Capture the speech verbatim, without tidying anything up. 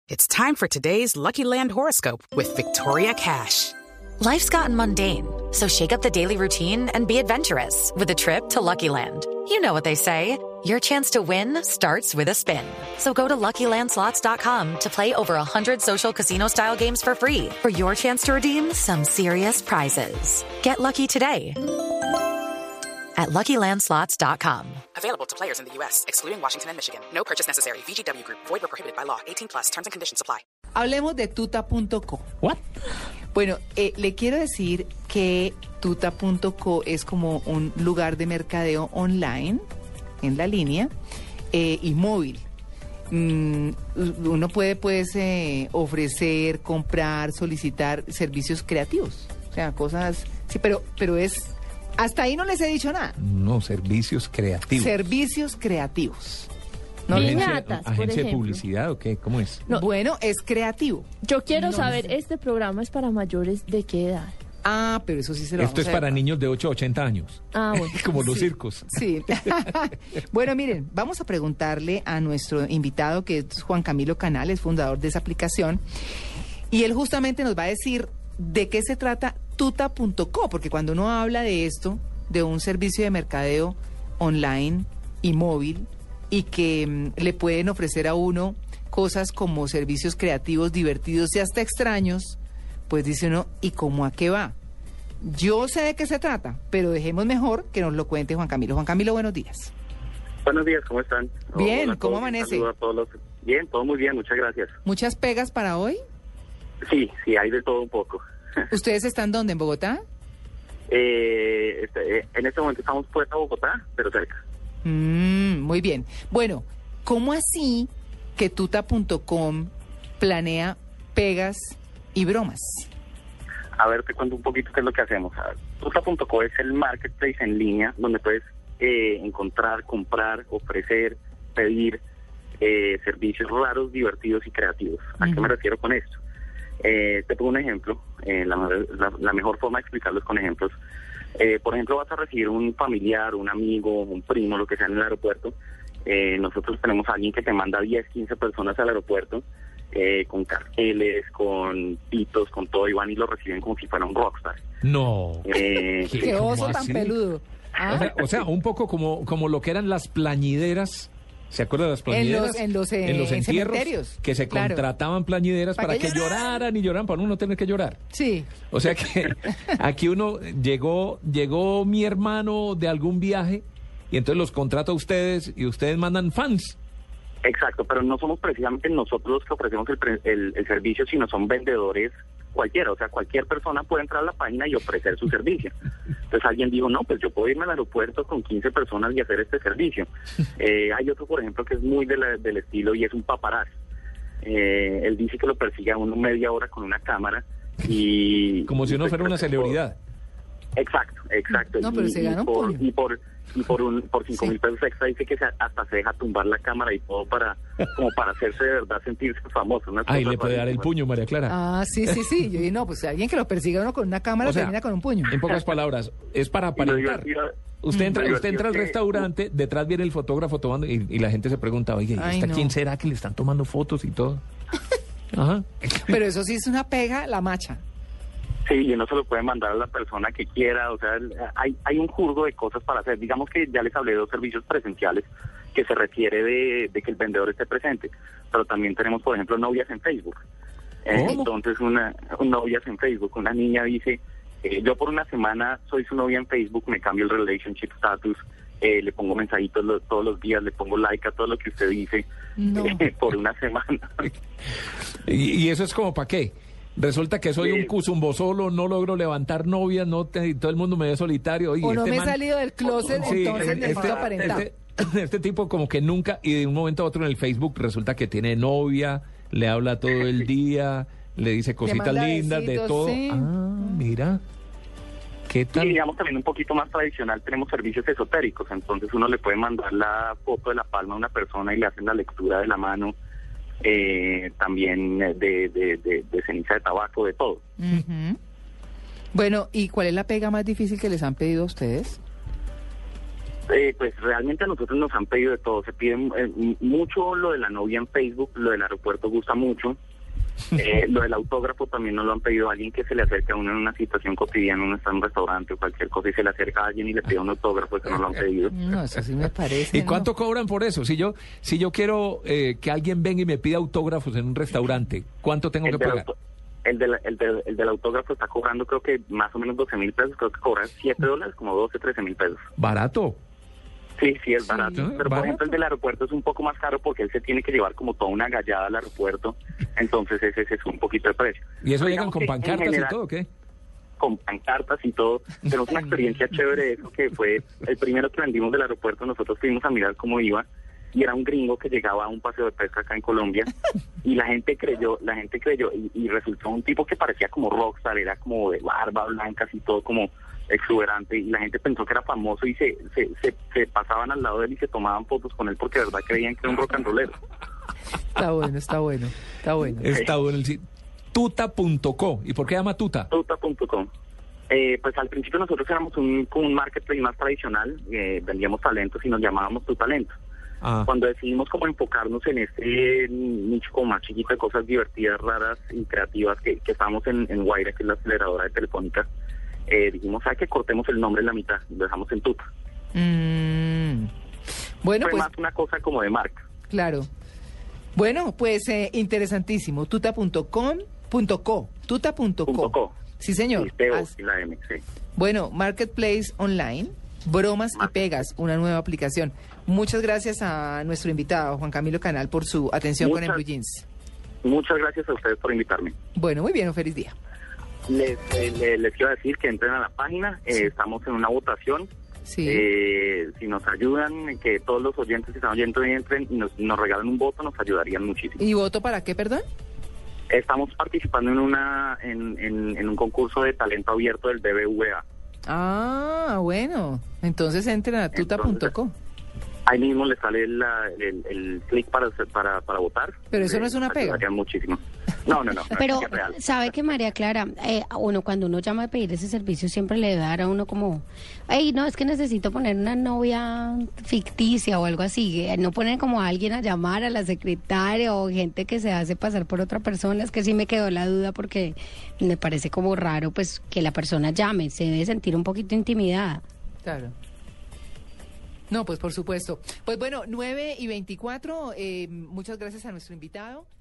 It's time for today's Lucky Land horoscope with Victoria Cash. Life's gotten mundane, so shake up the daily routine and be adventurous with a trip to Lucky Land. You know what they say, your chance to win starts with a spin. So go to Lucky Land Slots dot com to play over one hundred social casino-style games for free for your chance to redeem some serious prizes. Get lucky today at Lucky Land Slots dot com. Available to players in the U S, excluding Washington and Michigan. No purchase necessary. V G W Group. Void or prohibited by law. eighteen plus. Terms and conditions apply. Hablemos de tuta punto co. What? Bueno, eh, le quiero decir que tuta punto co es como un lugar de mercadeo online, en la línea, eh, y móvil. Mm, uno puede, pues, eh, ofrecer, comprar, solicitar servicios creativos. O sea, cosas... Sí, pero, pero es... Hasta ahí no les he dicho nada. No, servicios creativos. Servicios creativos. ¿No? Piñatas, ¿Agencia, por agencia de ejemplo. publicidad o qué? ¿Cómo es? No. Bueno, es creativo. Yo quiero No saber, sé. ¿este programa es para mayores de qué edad? Ah, pero eso sí se lo Esto vamos es a para ver. niños de ocho a ochenta años. Ah, bueno. Como los Sí. circos. Sí. Bueno, miren, vamos a preguntarle a nuestro invitado, que es Juan Camilo Canales, fundador de esa aplicación, y él justamente nos va a decir de qué se trata tuta punto co, porque cuando uno habla de esto, de un servicio de mercadeo online y móvil, y que mm, le pueden ofrecer a uno cosas como servicios creativos, divertidos y hasta extraños, pues dice uno, ¿y cómo a qué va? Yo sé de qué se trata, pero dejemos mejor que nos lo cuente Juan Camilo. Juan Camilo, buenos días. Buenos días, ¿cómo están? Bien, Hola a ¿cómo todos, un amanece? saludo a todos los... Bien, todo muy bien, muchas gracias. ¿Muchas pegas para hoy? Sí, sí, hay de todo un poco. ¿Ustedes están dónde, en Bogotá? eh, este, eh, en este momento estamos puestos a Bogotá, pero cerca. Mm, muy bien. Bueno, ¿cómo así que tuta punto com planea pegas y bromas? A ver, te cuento un poquito qué es lo que hacemos. tuta punto co es el marketplace en línea donde puedes eh, encontrar, comprar, ofrecer, pedir eh, servicios raros, divertidos y creativos. ¿A Ujú. qué me refiero con esto? Eh, te pongo un ejemplo. Eh, la, la, la mejor forma de explicarlo es con ejemplos. Eh, por ejemplo, vas a recibir un familiar, un amigo, un primo, lo que sea en el aeropuerto. Eh, nosotros tenemos a alguien que te manda diez, quince personas al aeropuerto eh, con carteles, con pitos, con todo, y van y lo reciben como si fuera un rockstar. No. Eh, ¿Qué? ¡Qué ¿Cómo oso tan así? peludo! Ah, O sea, o sea, un poco como, como lo que eran las plañideras. ¿Se acuerda de las En plañideras? los- en los, eh, entierros, cementerios. que se Claro. contrataban plañideras Para para, que que lloraran. lloraran y lloraran para uno no tener que llorar. sí. O sea que aquí uno llegó, llegó mi hermano de algún viaje y entonces los contrata a ustedes y ustedes mandan fans. Exacto, pero no somos precisamente nosotros los que ofrecemos el, pre- el, el servicio, sino son vendedores cualquiera. O sea, cualquier persona puede entrar a la página y ofrecer su servicio. Entonces alguien dijo, no, pues yo puedo irme al aeropuerto con quince personas y hacer este servicio. Eh, hay otro, por ejemplo, que es muy de la- del estilo y es un paparazzi. Eh, él dice que lo persigue a uno media hora con una cámara y... Como si y uno pues, fuera una creo que celebridad. por- Exacto, exacto. No, pero y, se y gana un por, puño. y por y por un por cinco Sí. mil pesos extra dice que se, hasta se deja tumbar la cámara y todo para como para hacerse de verdad sentirse famoso. unas Ahí cosas le puede dar el rarísimas. puño, María Clara. Ah, sí, sí, sí. Yo dije, no, pues alguien que lo persiga a uno con una cámara O sea, termina con un puño. En pocas palabras, es para Y lo aparentar. divertido- Usted entra, lo usted entra al divertido es que- restaurante, detrás viene el fotógrafo tomando y, y la gente se pregunta, oye, ¿y Ay, esta no. quién será que le están tomando fotos y todo? Ajá. Pero eso sí es una pega, la macha. Sí, y uno se lo puede mandar a la persona que quiera, o sea, el- hay, hay un jurgo de cosas para hacer. Digamos que ya les hablé de dos servicios presenciales que se requiere de, de que el vendedor esté presente, pero también tenemos, por ejemplo, novias en Facebook. Eh, ¿Cómo? entonces, una, un novias en Facebook, una niña dice, eh, yo por una semana soy su novia en Facebook, me cambio el relationship status, eh, le pongo mensajitos lo- todos los días, le pongo like a todo lo que usted dice, No. eh, por una semana. ¿Y, y eso es como para qué? Resulta que soy Sí. un cuzumbo solo, no logro levantar novias, no te- y todo el mundo me ve solitario. Oye, O no este me he man- salido del closet, Sí, entonces este- necesito aparentar. Este, este tipo como que nunca, y de un momento a otro en el Facebook resulta que tiene novia, le habla todo el día, le dice cositas manda lindas, de besitos, todo. sí. Ah, mira. ¿Qué Y tal? digamos también un poquito más tradicional, tenemos servicios esotéricos, entonces uno le puede mandar la foto de la palma a una persona y le hacen la lectura de la mano, eh, también de, de, de, de ceniza de tabaco, de todo. Ujú. Bueno, ¿y cuál es la pega más difícil que les han pedido a ustedes? Eh, pues realmente a nosotros nos han pedido de todo. Se piden eh, mucho lo de la novia en Facebook, lo del aeropuerto gusta mucho. Eh, lo del autógrafo también nos lo han pedido. Alguien que se le acerque a uno en una situación cotidiana, uno está en un restaurante o cualquier cosa y se le acerca a alguien y le pide un autógrafo, eso no lo han pedido. No, eso sí me parece. ¿Y ¿no? cuánto cobran por eso? Si yo si yo quiero eh, que alguien venga y me pida autógrafos en un restaurante, ¿cuánto tengo El que del, pagar? auto- el, del, el, del, el del autógrafo está cobrando creo que más o menos doce mil pesos, creo que cobra siete dólares, como doce, trece mil pesos. Barato. Sí, sí, es barato. Sí, Pero, por barato. ejemplo, el del aeropuerto es un poco más caro porque él se tiene que llevar como toda una gallada al aeropuerto. Entonces, ese, ese es un poquito de precio. ¿Y eso Pero llegan digamos con que, en pancartas general, y todo o qué? Con pancartas y todo. Tenemos una experiencia chévere de eso, que fue el primero que vendimos del aeropuerto. Nosotros fuimos a mirar cómo iba. Y era un gringo que llegaba a un paseo de pesca acá en Colombia. Y la gente creyó, la gente creyó. Y, y resultó un tipo que parecía como rockstar. Era como de barba blanca, así todo como exuberante, y la gente pensó que era famoso y se, se, se, se pasaban al lado de él y se tomaban fotos con él porque de verdad creían que era un rock and rollero. Está bueno, está bueno, está bueno. Está bueno el sitio. tuta punto co. ¿Y por qué llama Tuta? Tuta punto com. Eh, pues al principio nosotros éramos un, como un marketplace más tradicional, eh, vendíamos talentos y nos llamábamos Tu Talento. Ah. Cuando decidimos como enfocarnos en este nicho como más chiquito de cosas divertidas, raras y creativas, que, que estábamos en, en Guaira, que es la aceleradora de Telefónica, eh, dijimos, ¿sabes qué? Cortemos el nombre en la mitad y lo dejamos en Tuta. Mm. Bueno, Fue pues más una cosa como de marca. claro. Bueno, pues eh, interesantísimo. tuta punto com punto co. tuta punto Punto co. co. Sí, señor. Y T O As- y la M, sí. Bueno, Marketplace Online, bromas y pegas, una nueva aplicación. Muchas gracias a nuestro invitado, Juan Camilo Canal, por su atención con Muchas- el Blue Jeans. Muchas gracias a ustedes por invitarme. Bueno, muy bien, un feliz día. Les, eh, le- les quiero decir que entren a la página, eh, estamos en una votación. Sí. Eh, si nos ayudan, que todos los oyentes que están oyendo entren y nos, nos regalan un voto, nos ayudarían muchísimo. ¿Y voto para qué, perdón? Estamos participando en una en, en, en un concurso de talento abierto del B B V A. Ah, bueno. Entonces entren a tuta punto co. Ahí mismo les sale la- el, el clic para, para, para votar. Pero eso no es una Les pega. ayudarían muchísimo. No, no, no. no, Pero es real. sabe que María Clara, eh, a uno cuando uno llama a pedir ese servicio siempre le debe dar a uno como, ay, no, es que necesito poner una novia ficticia o algo así. eh, No ponen como a alguien a llamar, a la secretaria o gente que se hace pasar por otra persona. Es que sí me quedó la duda porque me parece como raro pues que la persona llame, se debe sentir un poquito intimidada. Claro. No, pues por supuesto. Pues bueno, nueve y veinticuatro, eh, muchas gracias a nuestro invitado.